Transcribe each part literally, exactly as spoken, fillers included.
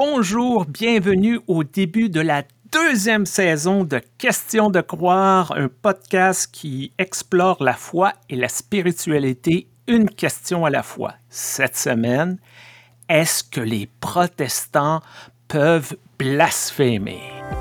Bonjour, bienvenue au début de la deuxième saison de Questions de croire, un podcast qui explore la foi et la spiritualité, une question à la fois. Cette semaine, est-ce que les protestants peuvent blasphémer?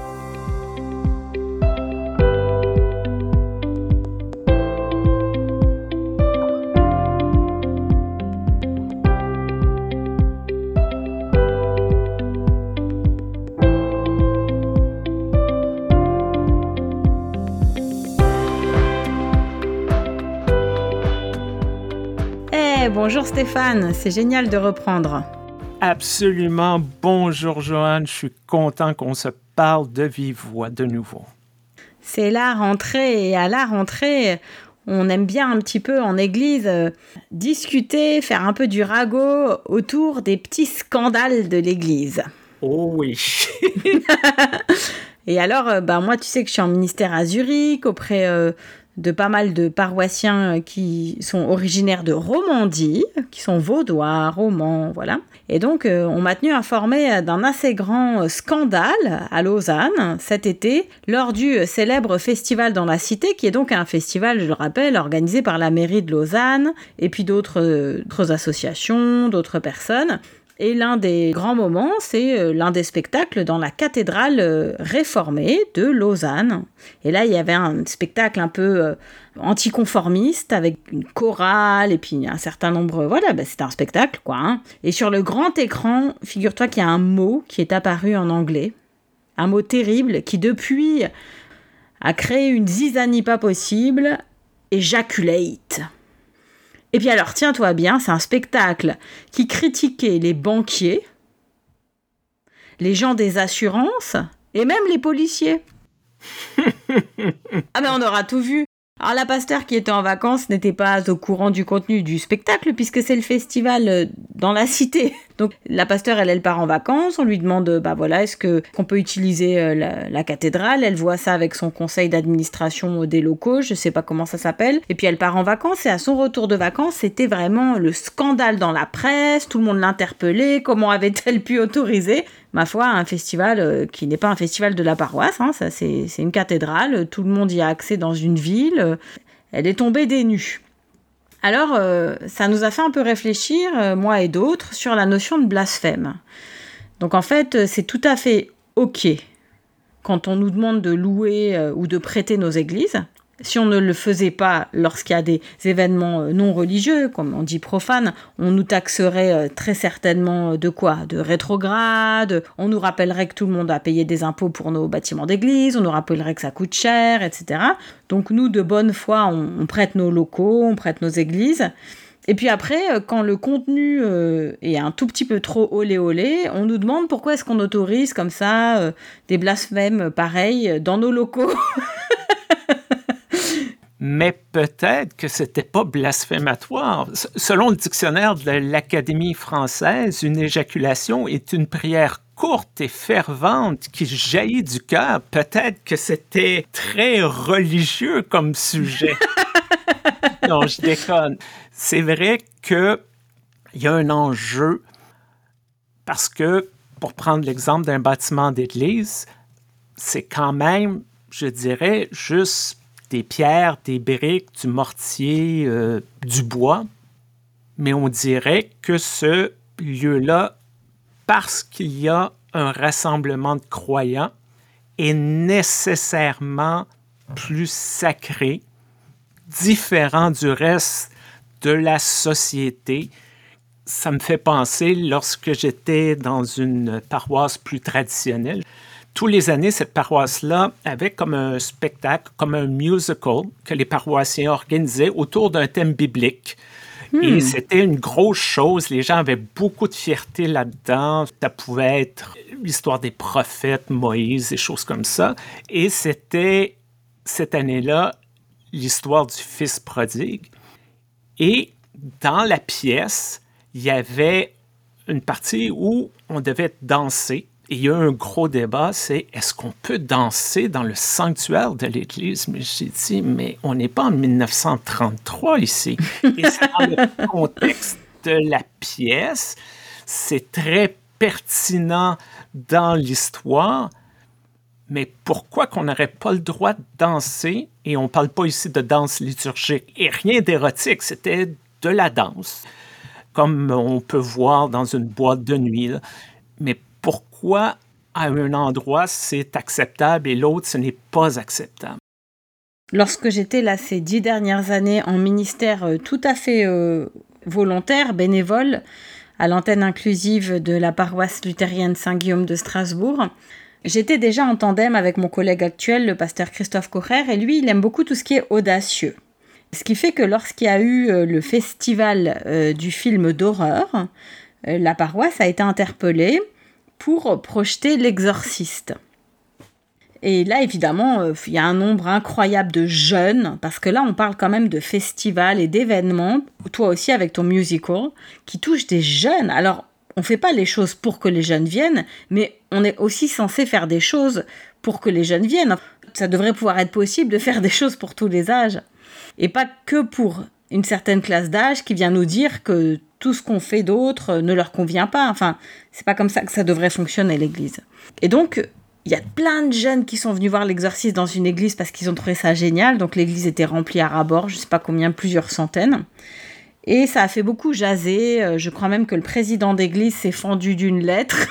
Bonjour Stéphane, c'est génial de reprendre. Absolument. Bonjour Joanne, je suis content qu'on se parle de vive voix de nouveau. C'est la rentrée et à la rentrée, on aime bien un petit peu en église euh, discuter, faire un peu du ragot autour des petits scandales de l'église. Oh oui. Et alors, euh, bah, moi tu sais que je suis en ministère à Zurich auprès... Euh, de pas mal de paroissiens qui sont originaires de Romandie, qui sont vaudois, romans, voilà. Et donc, euh, on m'a tenu informé d'un assez grand scandale à Lausanne cet été, lors du célèbre festival dans la cité, qui est donc un festival, je le rappelle, organisé par la mairie de Lausanne, et puis d'autres, euh, d'autres associations, d'autres personnes. Et l'un des grands moments, c'est l'un des spectacles dans la cathédrale réformée de Lausanne. Et là, il y avait un spectacle un peu anticonformiste avec une chorale et puis un certain nombre... Voilà, bah, c'était un spectacle, quoi. Hein. Et sur le grand écran, figure-toi qu'il y a un mot qui est apparu en anglais. Un mot terrible qui, depuis, a créé une zizanie pas possible. Ejaculate. Et puis alors, tiens-toi bien, c'est un spectacle qui critiquait les banquiers, les gens des assurances et même les policiers. Ah ben on aura tout vu. Alors la pasteur qui était en vacances n'était pas au courant du contenu du spectacle puisque c'est le festival dans la cité. Donc la pasteur, elle, elle part en vacances, on lui demande, bah voilà, est-ce que qu'on peut utiliser la, la cathédrale? Elle voit ça avec son conseil d'administration des locaux, je sais pas comment ça s'appelle. Et puis elle part en vacances et à son retour de vacances, c'était vraiment le scandale dans la presse, tout le monde l'interpellait, comment avait-elle pu autoriser, ma foi, un festival euh, qui n'est pas un festival de la paroisse, hein, ça c'est, c'est une cathédrale, tout le monde y a accès dans une ville, euh, elle est tombée des nues. Alors, euh, ça nous a fait un peu réfléchir, euh, moi et d'autres, sur la notion de blasphème. Donc en fait, c'est tout à fait OK quand on nous demande de louer euh, ou de prêter nos églises. Si on ne le faisait pas lorsqu'il y a des événements non religieux, comme on dit profanes, on nous taxerait très certainement de quoi? De rétrograde, on nous rappellerait que tout le monde a payé des impôts pour nos bâtiments d'église, on nous rappellerait que ça coûte cher, et cetera. Donc nous, de bonne foi, on, on prête nos locaux, on prête nos églises. Et puis après, quand le contenu euh, est un tout petit peu trop olé olé, on nous demande pourquoi est-ce qu'on autorise comme ça euh, des blasphèmes pareils dans nos locaux. Mais peut-être que c'était pas blasphématoire. Selon le dictionnaire de l'Académie française, une éjaculation est une prière courte et fervente qui jaillit du cœur. Peut-être que c'était très religieux comme sujet. Non, je déconne. C'est vrai qu'il y a un enjeu parce que, pour prendre l'exemple d'un bâtiment d'église, c'est quand même, je dirais, juste des pierres, des briques, du mortier, euh, du bois. Mais on dirait que ce lieu-là, parce qu'il y a un rassemblement de croyants, est nécessairement plus sacré, différent du reste de la société. Ça me fait penser, lorsque j'étais dans une paroisse plus traditionnelle, tous les années, cette paroisse-là avait comme un spectacle, comme un musical que les paroissiens organisaient autour d'un thème biblique. Hmm. Et c'était une grosse chose. Les gens avaient beaucoup de fierté là-dedans. Ça pouvait être l'histoire des prophètes, Moïse, des choses comme ça. Et c'était, cette année-là, l'histoire du fils prodigue. Et dans la pièce, il y avait une partie où on devait danser. Et il y a un gros débat, c'est est-ce qu'on peut danser dans le sanctuaire de l'Église? Mais j'ai dit, mais on n'est pas en dix-neuf cent trente-trois ici. Et c'est dans le contexte de la pièce, c'est très pertinent dans l'histoire, mais pourquoi qu'on n'aurait pas le droit de danser? Et on ne parle pas ici de danse liturgique. Et rien d'érotique, c'était de la danse, comme on peut voir dans une boîte de nuit. Là. Mais pourquoi à un endroit c'est acceptable et l'autre ce n'est pas acceptable? Lorsque j'étais là ces dix dernières années en ministère euh, tout à fait euh, volontaire, bénévole, à l'antenne inclusive de la paroisse luthérienne Saint-Guillaume de Strasbourg, j'étais déjà en tandem avec mon collègue actuel, le pasteur Christophe Kocher, et lui, il aime beaucoup tout ce qui est audacieux. Ce qui fait que lorsqu'il y a eu euh, le festival euh, du film d'horreur, euh, la paroisse a été interpellée pour projeter L'Exorciste. Et là, évidemment, euh, il y a un nombre incroyable de jeunes, parce que là, on parle quand même de festivals et d'événements, toi aussi avec ton musical, qui touchent des jeunes. Alors, on ne fait pas les choses pour que les jeunes viennent, mais on est aussi censé faire des choses pour que les jeunes viennent. Ça devrait pouvoir être possible de faire des choses pour tous les âges. Et pas que pour une certaine classe d'âge qui vient nous dire que tout ce qu'on fait d'autre ne leur convient pas. Enfin, c'est pas comme ça que ça devrait fonctionner, l'Église. Et donc, il y a plein de jeunes qui sont venus voir l'exorcisme dans une église parce qu'ils ont trouvé ça génial. Donc, l'église était remplie à ras-bord, je sais pas combien, plusieurs centaines. Et ça a fait beaucoup jaser. Je crois même que le président d'église s'est fendu d'une lettre.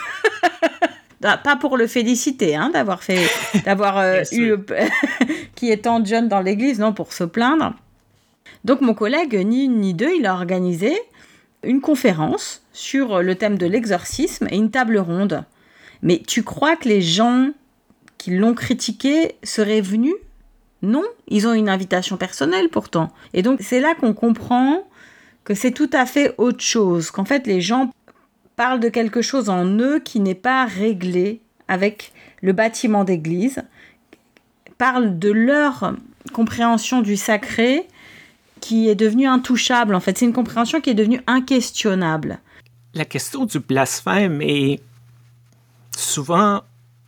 Pas pour le féliciter, hein, d'avoir fait, d'avoir euh, eu, qui est tant de jeunes dans l'église, non, pour se plaindre. Donc mon collègue, ni une ni deux, il a organisé une conférence sur le thème de l'exorcisme et une table ronde. Mais tu crois que les gens qui l'ont critiqué seraient venus ? Non, ils ont une invitation personnelle pourtant. Et donc c'est là qu'on comprend que c'est tout à fait autre chose, qu'en fait les gens parlent de quelque chose en eux qui n'est pas réglé avec le bâtiment d'église, parlent de leur compréhension du sacré qui est devenue intouchable. En fait, c'est une compréhension qui est devenue inquestionnable. La question du blasphème est souvent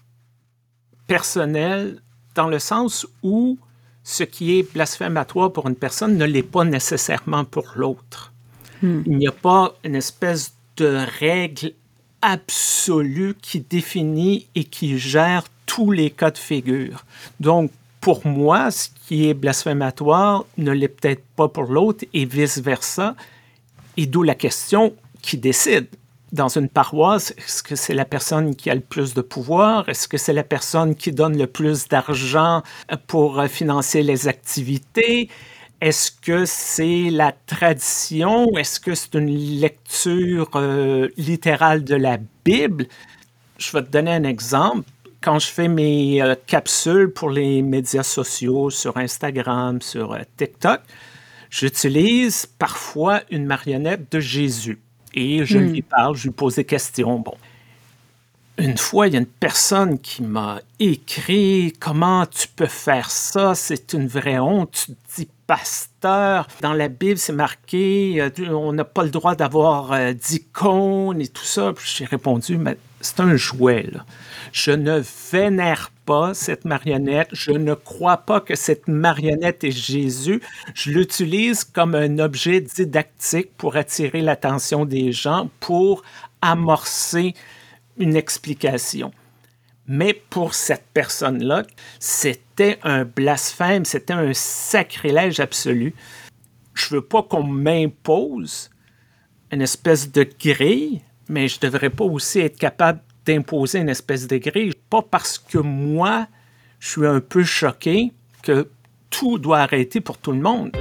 personnelle dans le sens où ce qui est blasphématoire pour une personne ne l'est pas nécessairement pour l'autre. Hmm. Il n'y a pas une espèce de règle absolue qui définit et qui gère tous les cas de figure. Donc, pour moi, ce qui est blasphématoire ne l'est peut-être pas pour l'autre et vice-versa. Et d'où la question qui décide. Dans une paroisse, est-ce que c'est la personne qui a le plus de pouvoir? Est-ce que c'est la personne qui donne le plus d'argent pour financer les activités? Est-ce que c'est la tradition? Est-ce que c'est une lecture euh, littérale de la Bible? Je vais te donner un exemple. Quand je fais mes euh, capsules pour les médias sociaux, sur Instagram, sur euh, TikTok, j'utilise parfois une marionnette de Jésus. Et je mmh. lui parle, je lui pose des questions. Bon. Une fois, il y a une personne qui m'a écrit « Comment tu peux faire ça? C'est une vraie honte. Tu te dis pasteur. Dans la Bible, c'est marqué euh, on n'a pas le droit d'avoir euh, d'icônes et tout ça. » Puis j'ai répondu « Mais c'est un jouet, là. Je ne vénère pas cette marionnette. Je ne crois pas que cette marionnette est Jésus. Je l'utilise comme un objet didactique pour attirer l'attention des gens, pour amorcer une explication. » Mais pour cette personne-là, c'était un blasphème, c'était un sacrilège absolu. Je ne veux pas qu'on m'impose une espèce de grille, mais je ne devrais pas aussi être capable d'imposer une espèce de grille. Pas parce que moi, je suis un peu choqué que tout doit arrêter pour tout le monde.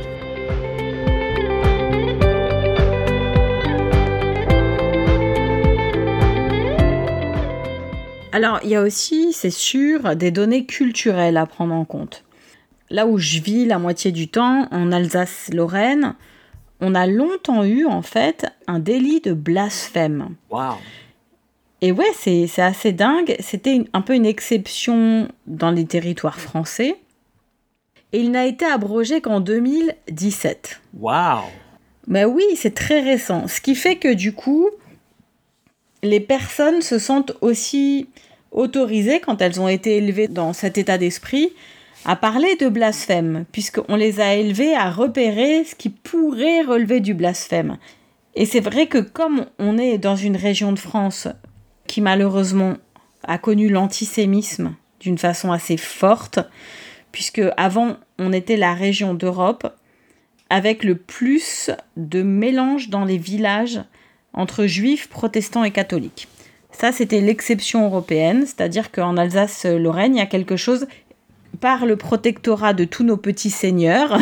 Alors, il y a aussi, c'est sûr, des données culturelles à prendre en compte. Là où je vis la moitié du temps, en Alsace-Lorraine, on a longtemps eu, en fait, un délit de blasphème. Wow. Et ouais, c'est, c'est assez dingue. C'était une, un peu une exception dans les territoires français. Et il n'a été abrogé qu'en deux mille dix-sept. Wow. Mais oui, c'est très récent. Ce qui fait que, du coup, les personnes se sentent aussi autorisées, quand elles ont été élevées dans cet état d'esprit, à parler de blasphème, puisqu'on les a élevées à repérer ce qui pourrait relever du blasphème. Et c'est vrai que comme on est dans une région de France qui malheureusement a connu l'antisémisme d'une façon assez forte, puisque avant on était la région d'Europe avec le plus de mélange dans les villages entre juifs, protestants et catholiques. Ça, c'était l'exception européenne, c'est-à-dire qu'en Alsace-Lorraine, il y a quelque chose, par le protectorat de tous nos petits seigneurs,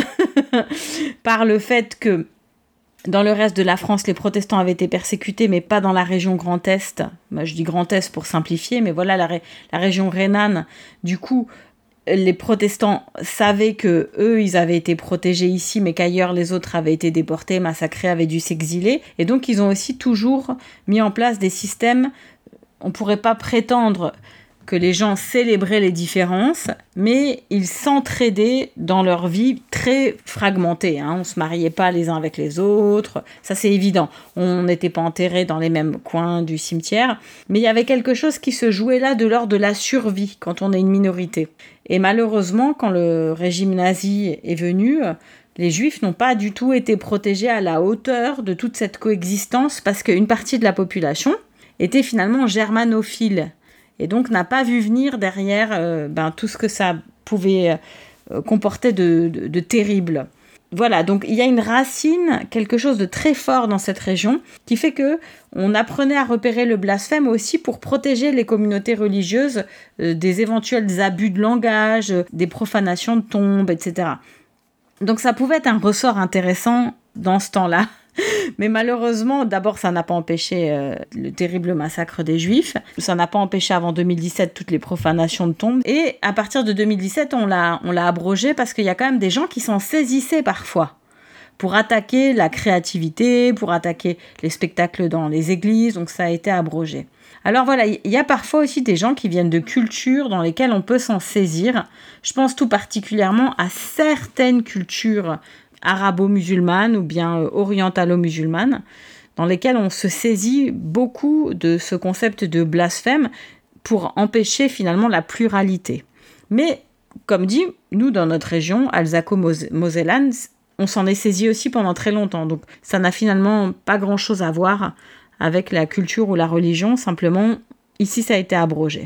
par le fait que dans le reste de la France, les protestants avaient été persécutés, mais pas dans la région Grand Est. Moi, je dis Grand Est pour simplifier, mais voilà, la, ré- la région rhénane, du coup, les protestants savaient que eux, ils avaient été protégés ici, mais qu'ailleurs, les autres avaient été déportés, massacrés, avaient dû s'exiler. Et donc, ils ont aussi toujours mis en place des systèmes. On ne pourrait pas prétendre que les gens célébraient les différences, mais ils s'entraidaient dans leur vie très fragmentée. Hein. On ne se mariait pas les uns avec les autres, ça c'est évident. On n'était pas enterrés dans les mêmes coins du cimetière, mais il y avait quelque chose qui se jouait là de l'ordre de la survie quand on est une minorité. Et malheureusement, quand le régime nazi est venu, les Juifs n'ont pas du tout été protégés à la hauteur de toute cette coexistence parce qu'une partie de la population était finalement germanophile et donc n'a pas vu venir derrière euh, ben, tout ce que ça pouvait euh, comporter de, de, de terrible. Voilà, donc il y a une racine, quelque chose de très fort dans cette région qui fait que on apprenait à repérer le blasphème aussi pour protéger les communautés religieuses euh, des éventuels abus de langage, euh, des profanations de tombes, et cetera. Donc ça pouvait être un ressort intéressant dans ce temps-là. Mais malheureusement, d'abord, ça n'a pas empêché euh, le terrible massacre des Juifs. Ça n'a pas empêché avant deux mille dix-sept toutes les profanations de tombes. Et à partir de deux mille dix-sept, on l'a, on l'a abrogé parce qu'il y a quand même des gens qui s'en saisissaient parfois pour attaquer la créativité, pour attaquer les spectacles dans les églises. Donc ça a été abrogé. Alors voilà, il y a parfois aussi des gens qui viennent de cultures dans lesquelles on peut s'en saisir. Je pense tout particulièrement à certaines cultures arabo-musulmanes ou bien euh, orientalo-musulmanes, dans lesquelles on se saisit beaucoup de ce concept de blasphème pour empêcher finalement la pluralité. Mais, comme dit, nous, dans notre région, Alsaco-Mosellane, on s'en est saisi aussi pendant très longtemps. Donc, ça n'a finalement pas grand-chose à voir avec la culture ou la religion. Simplement, ici, ça a été abrogé.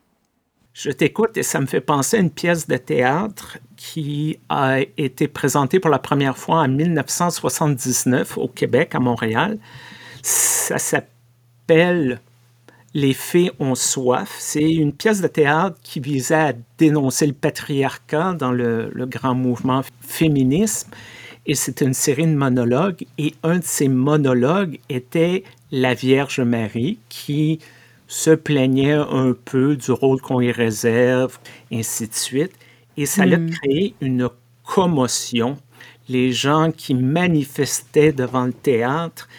Je t'écoute et ça me fait penser à une pièce de théâtre qui a été présentée pour la première fois en dix-neuf cent soixante-dix-neuf au Québec, à Montréal. Ça s'appelle « Les fées ont soif ». C'est une pièce de théâtre qui visait à dénoncer le patriarcat dans le, le grand mouvement féminisme. Et c'était une série de monologues. Et un de ces monologues était la Vierge Marie qui se plaignait un peu du rôle qu'on y réserve, ainsi de suite. Et ça mmh. a créé une commotion. Les gens qui manifestaient devant le théâtre,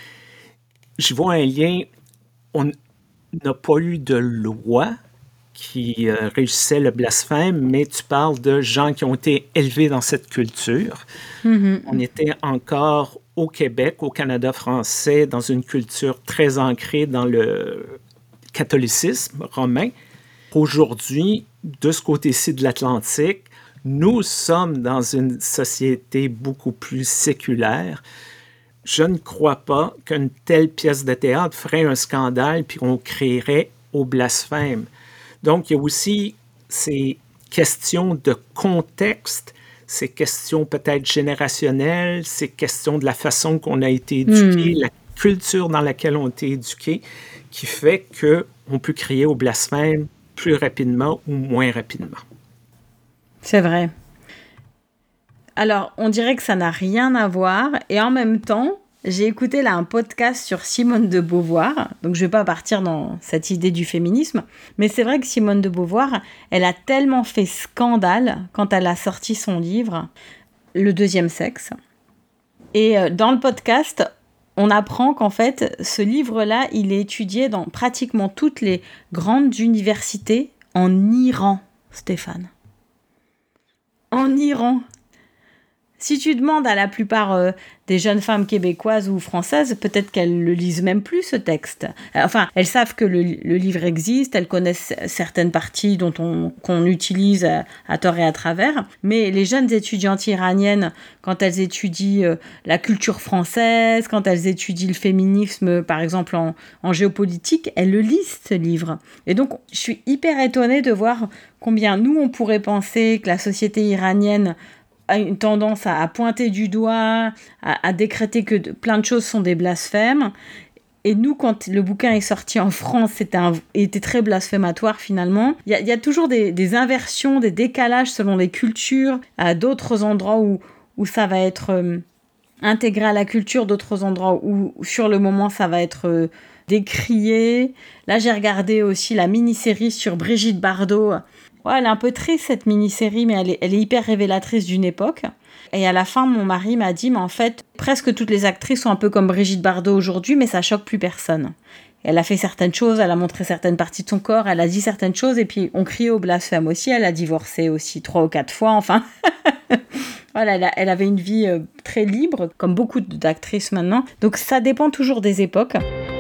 je vois un lien, on n'a pas eu de loi qui euh, régissait le blasphème, mais tu parles de gens qui ont été élevés dans cette culture. Mmh. On était encore au Québec, au Canada français, dans une culture très ancrée dans le catholicisme romain. Aujourd'hui, de ce côté-ci de l'Atlantique, nous sommes dans une société beaucoup plus séculaire. Je ne crois pas qu'une telle pièce de théâtre ferait un scandale puis qu'on créerait au blasphème. Donc, il y a aussi ces questions de contexte, ces questions peut-être générationnelles, ces questions de la façon qu'on a été éduqué, mmh. la culture dans laquelle on a été éduqué, qui fait qu'on peut crier au blasphème plus rapidement ou moins rapidement. C'est vrai. Alors, on dirait que ça n'a rien à voir, et en même temps, j'ai écouté là un podcast sur Simone de Beauvoir, donc je ne vais pas partir dans cette idée du féminisme, mais c'est vrai que Simone de Beauvoir, elle a tellement fait scandale quand elle a sorti son livre, Le deuxième sexe. Et dans le podcast, on apprend qu'en fait, ce livre-là, il est étudié dans pratiquement toutes les grandes universités en Iran, Stéphane. En Iran. Si tu demandes à la plupart euh, des jeunes femmes québécoises ou françaises, peut-être qu'elles le lisent même plus, ce texte. Enfin, elles savent que le, le livre existe, elles connaissent certaines parties dont on, qu'on utilise à, à tort et à travers, mais les jeunes étudiantes iraniennes, quand elles étudient euh, la culture française, quand elles étudient le féminisme, par exemple en, en géopolitique, elles le lisent, ce livre. Et donc, je suis hyper étonnée de voir combien nous, on pourrait penser que la société iranienne a une tendance à, à pointer du doigt, à, à décréter que de, plein de choses sont des blasphèmes. Et nous, quand le bouquin est sorti en France, c'était un, était très blasphématoire finalement. Il y, y a toujours des, des inversions, des décalages selon les cultures, à d'autres endroits où, où ça va être euh, intégré à la culture, d'autres endroits où, où sur le moment ça va être euh, décrié. Là, j'ai regardé aussi la mini-série sur Brigitte Bardot. Ouais, elle est un peu triste, cette mini-série, mais elle est, elle est hyper révélatrice d'une époque. Et à la fin, mon mari m'a dit, mais en fait, presque toutes les actrices sont un peu comme Brigitte Bardot aujourd'hui, mais ça choque plus personne. Elle a fait certaines choses, elle a montré certaines parties de son corps, elle a dit certaines choses, et puis on criait au blasphème aussi. Elle a divorcé aussi trois ou quatre fois, enfin. Voilà, elle, a, elle avait une vie euh, très libre, comme beaucoup d'actrices maintenant. Donc ça dépend toujours des époques.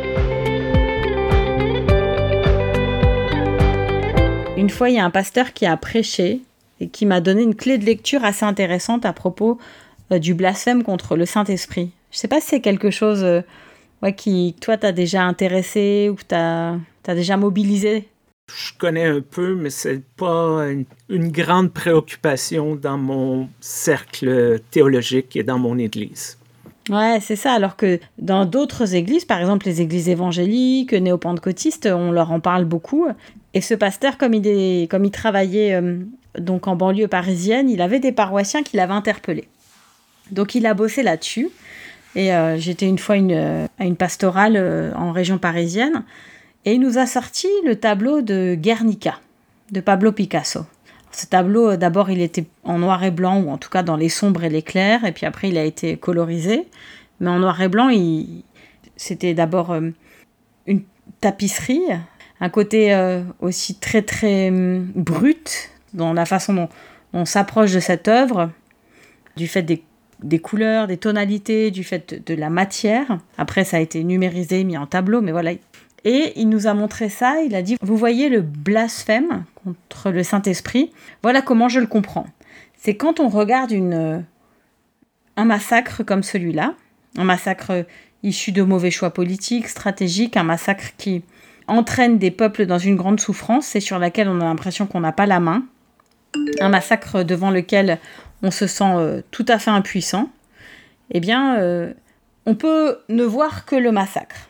Une fois, il y a un pasteur qui a prêché et qui m'a donné une clé de lecture assez intéressante à propos euh, du blasphème contre le Saint-Esprit. Je ne sais pas si c'est quelque chose euh, ouais, qui, toi, t'as déjà intéressé ou que t'as, t'as déjà mobilisé. Je connais un peu, mais c'est pas une, une grande préoccupation dans mon cercle théologique et dans mon église. Ouais, c'est ça. Alors que dans d'autres églises, par exemple les églises évangéliques, néo-pentecôtistes, on leur en parle beaucoup. Et ce pasteur, comme il, est, comme il travaillait euh, donc en banlieue parisienne, il avait des paroissiens qui l'avaient interpellé. Donc il a bossé là-dessus. Et euh, j'étais une fois une, euh, à une pastorale euh, en région parisienne. Et il nous a sorti le tableau de Guernica, de Pablo Picasso. Ce tableau, d'abord, il était en noir et blanc, ou en tout cas dans les sombres et les clairs, et puis après, il a été colorisé. Mais en noir et blanc, il... c'était d'abord euh, une tapisserie, un côté euh, aussi très, très euh, brut, dans la façon dont on s'approche de cette œuvre, du fait des, des couleurs, des tonalités, du fait de, de la matière. Après, ça a été numérisé, mis en tableau, mais voilà. Et il nous a montré ça, il a dit, vous voyez le blasphème contre le Saint-Esprit, voilà comment je le comprends. C'est quand on regarde une, un massacre comme celui-là, un massacre issu de mauvais choix politiques, stratégiques, un massacre qui entraîne des peuples dans une grande souffrance et sur laquelle on a l'impression qu'on n'a pas la main, un massacre devant lequel on se sent euh, tout à fait impuissant, eh bien, euh, on peut ne voir que le massacre.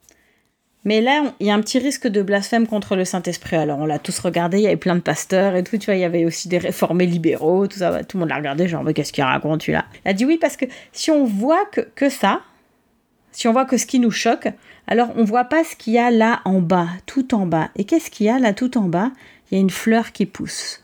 Mais là, il y a un petit risque de blasphème contre le Saint-Esprit. Alors, on l'a tous regardé, il y avait plein de pasteurs et tout, tu vois, il y avait aussi des réformés libéraux, tout ça, tout le monde l'a regardé, genre, mais qu'est-ce qu'il raconte, celui-là ? Il a dit oui, parce que si on voit que, que ça, si on voit que ce qui nous choque, alors on voit pas ce qu'il y a là en bas, tout en bas. Et qu'est-ce qu'il y a là tout en bas ? Il y a une fleur qui pousse.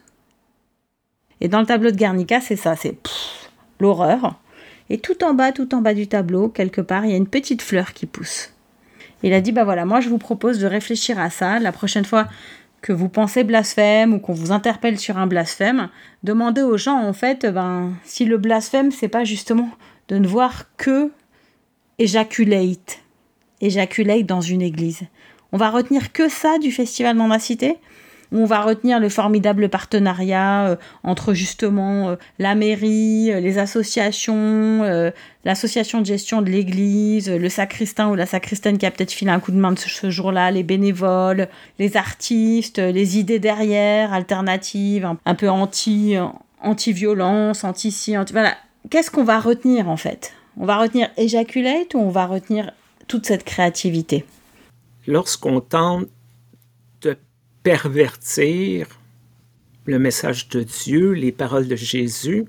Et dans le tableau de Guernica, c'est ça, c'est pff, l'horreur. Et tout en bas, tout en bas du tableau, quelque part, il y a une petite fleur qui pousse. Il a dit, bah voilà, moi je vous propose de réfléchir à ça. La prochaine fois que vous pensez blasphème ou qu'on vous interpelle sur un blasphème, demandez aux gens, en fait, ben, si le blasphème, c'est pas justement de ne voir que éjaculate, éjaculate dans une église. On va retenir que ça du festival dans ma cité ? On va retenir le formidable partenariat euh, entre justement euh, la mairie, euh, les associations, euh, l'association de gestion de l'église, euh, le sacristain ou la sacristaine qui a peut-être filé un coup de main de ce, ce jour-là, les bénévoles, les artistes, euh, les idées derrière, alternatives, un, un peu anti, euh, anti-violence, anti-ci, anti... Voilà. Qu'est-ce qu'on va retenir en fait ? On va retenir éjaculate ou on va retenir toute cette créativité ? Lorsqu'on tente de pervertir le message de Dieu, les paroles de Jésus,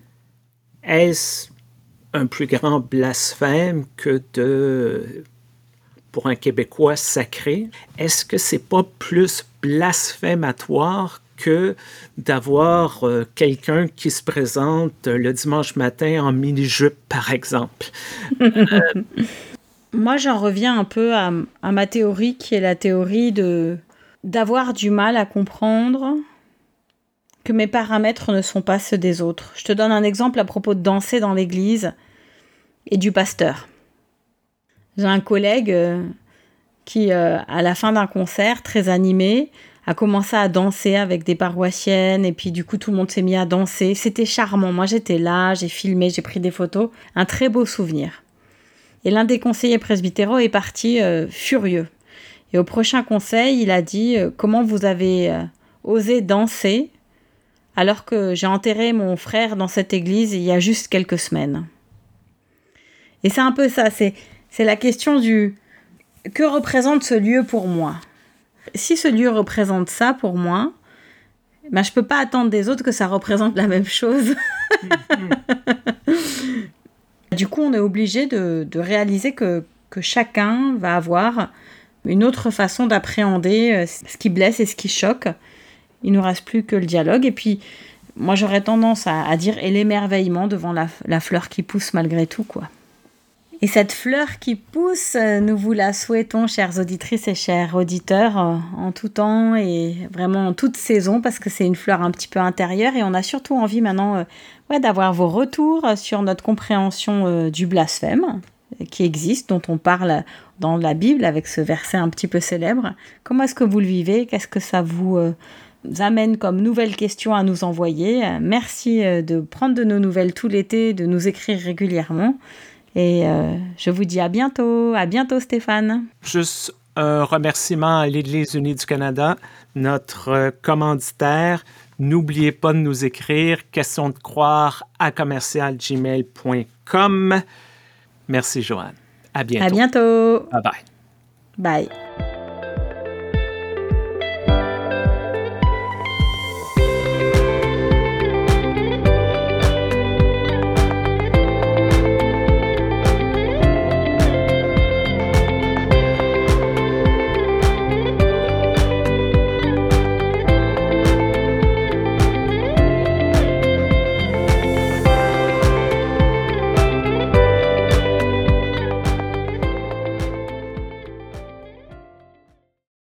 est-ce un plus grand blasphème que de, pour un Québécois, sacré? Est-ce que c'est pas plus blasphématoire que d'avoir euh, quelqu'un qui se présente le dimanche matin en mini-jupe, par exemple? euh, Moi, j'en reviens un peu à, à ma théorie, qui est la théorie de... d'avoir du mal à comprendre que mes paramètres ne sont pas ceux des autres. Je te donne un exemple à propos de danser dans l'église et du pasteur. J'ai un collègue euh, qui, euh, à la fin d'un concert, très animé, a commencé à danser avec des paroissiennes et puis du coup tout le monde s'est mis à danser. C'était charmant. Moi j'étais là, j'ai filmé, j'ai pris des photos. Un très beau souvenir. Et l'un des conseillers presbytéraux est parti euh, furieux. Et au prochain conseil, il a dit euh, « Comment vous avez euh, osé danser alors que j'ai enterré mon frère dans cette église il y a juste quelques semaines ?» Et c'est un peu ça, c'est, c'est la question du « Que représente ce lieu pour moi ?» Si ce lieu représente ça pour moi, ben je ne peux pas attendre des autres que ça représente la même chose. Du coup, on est obligé de, de réaliser que, que chacun va avoir une autre façon d'appréhender ce qui blesse et ce qui choque. Il ne nous reste plus que le dialogue. Et puis, moi, j'aurais tendance à, à dire « et l'émerveillement devant la, la fleur qui pousse malgré tout, quoi ». Et cette fleur qui pousse, nous vous la souhaitons, chères auditrices et chers auditeurs, en tout temps et vraiment en toute saison, parce que c'est une fleur un petit peu intérieure. Et on a surtout envie maintenant euh, ouais, d'avoir vos retours sur notre compréhension euh, du blasphème, qui existe, dont on parle dans la Bible avec ce verset un petit peu célèbre. Comment est-ce que vous le vivez ? Qu'est-ce que ça vous euh, amène comme nouvelles questions à nous envoyer ? Merci euh, de prendre de nos nouvelles tout l'été, de nous écrire régulièrement. Et euh, je vous dis à bientôt. À bientôt, Stéphane. Juste un remerciement à l'Église unie du Canada, notre commanditaire. N'oubliez pas de nous écrire question de croire à commercial gmail point com. Merci, Joanne. À bientôt. À bientôt. Bye bye. Bye.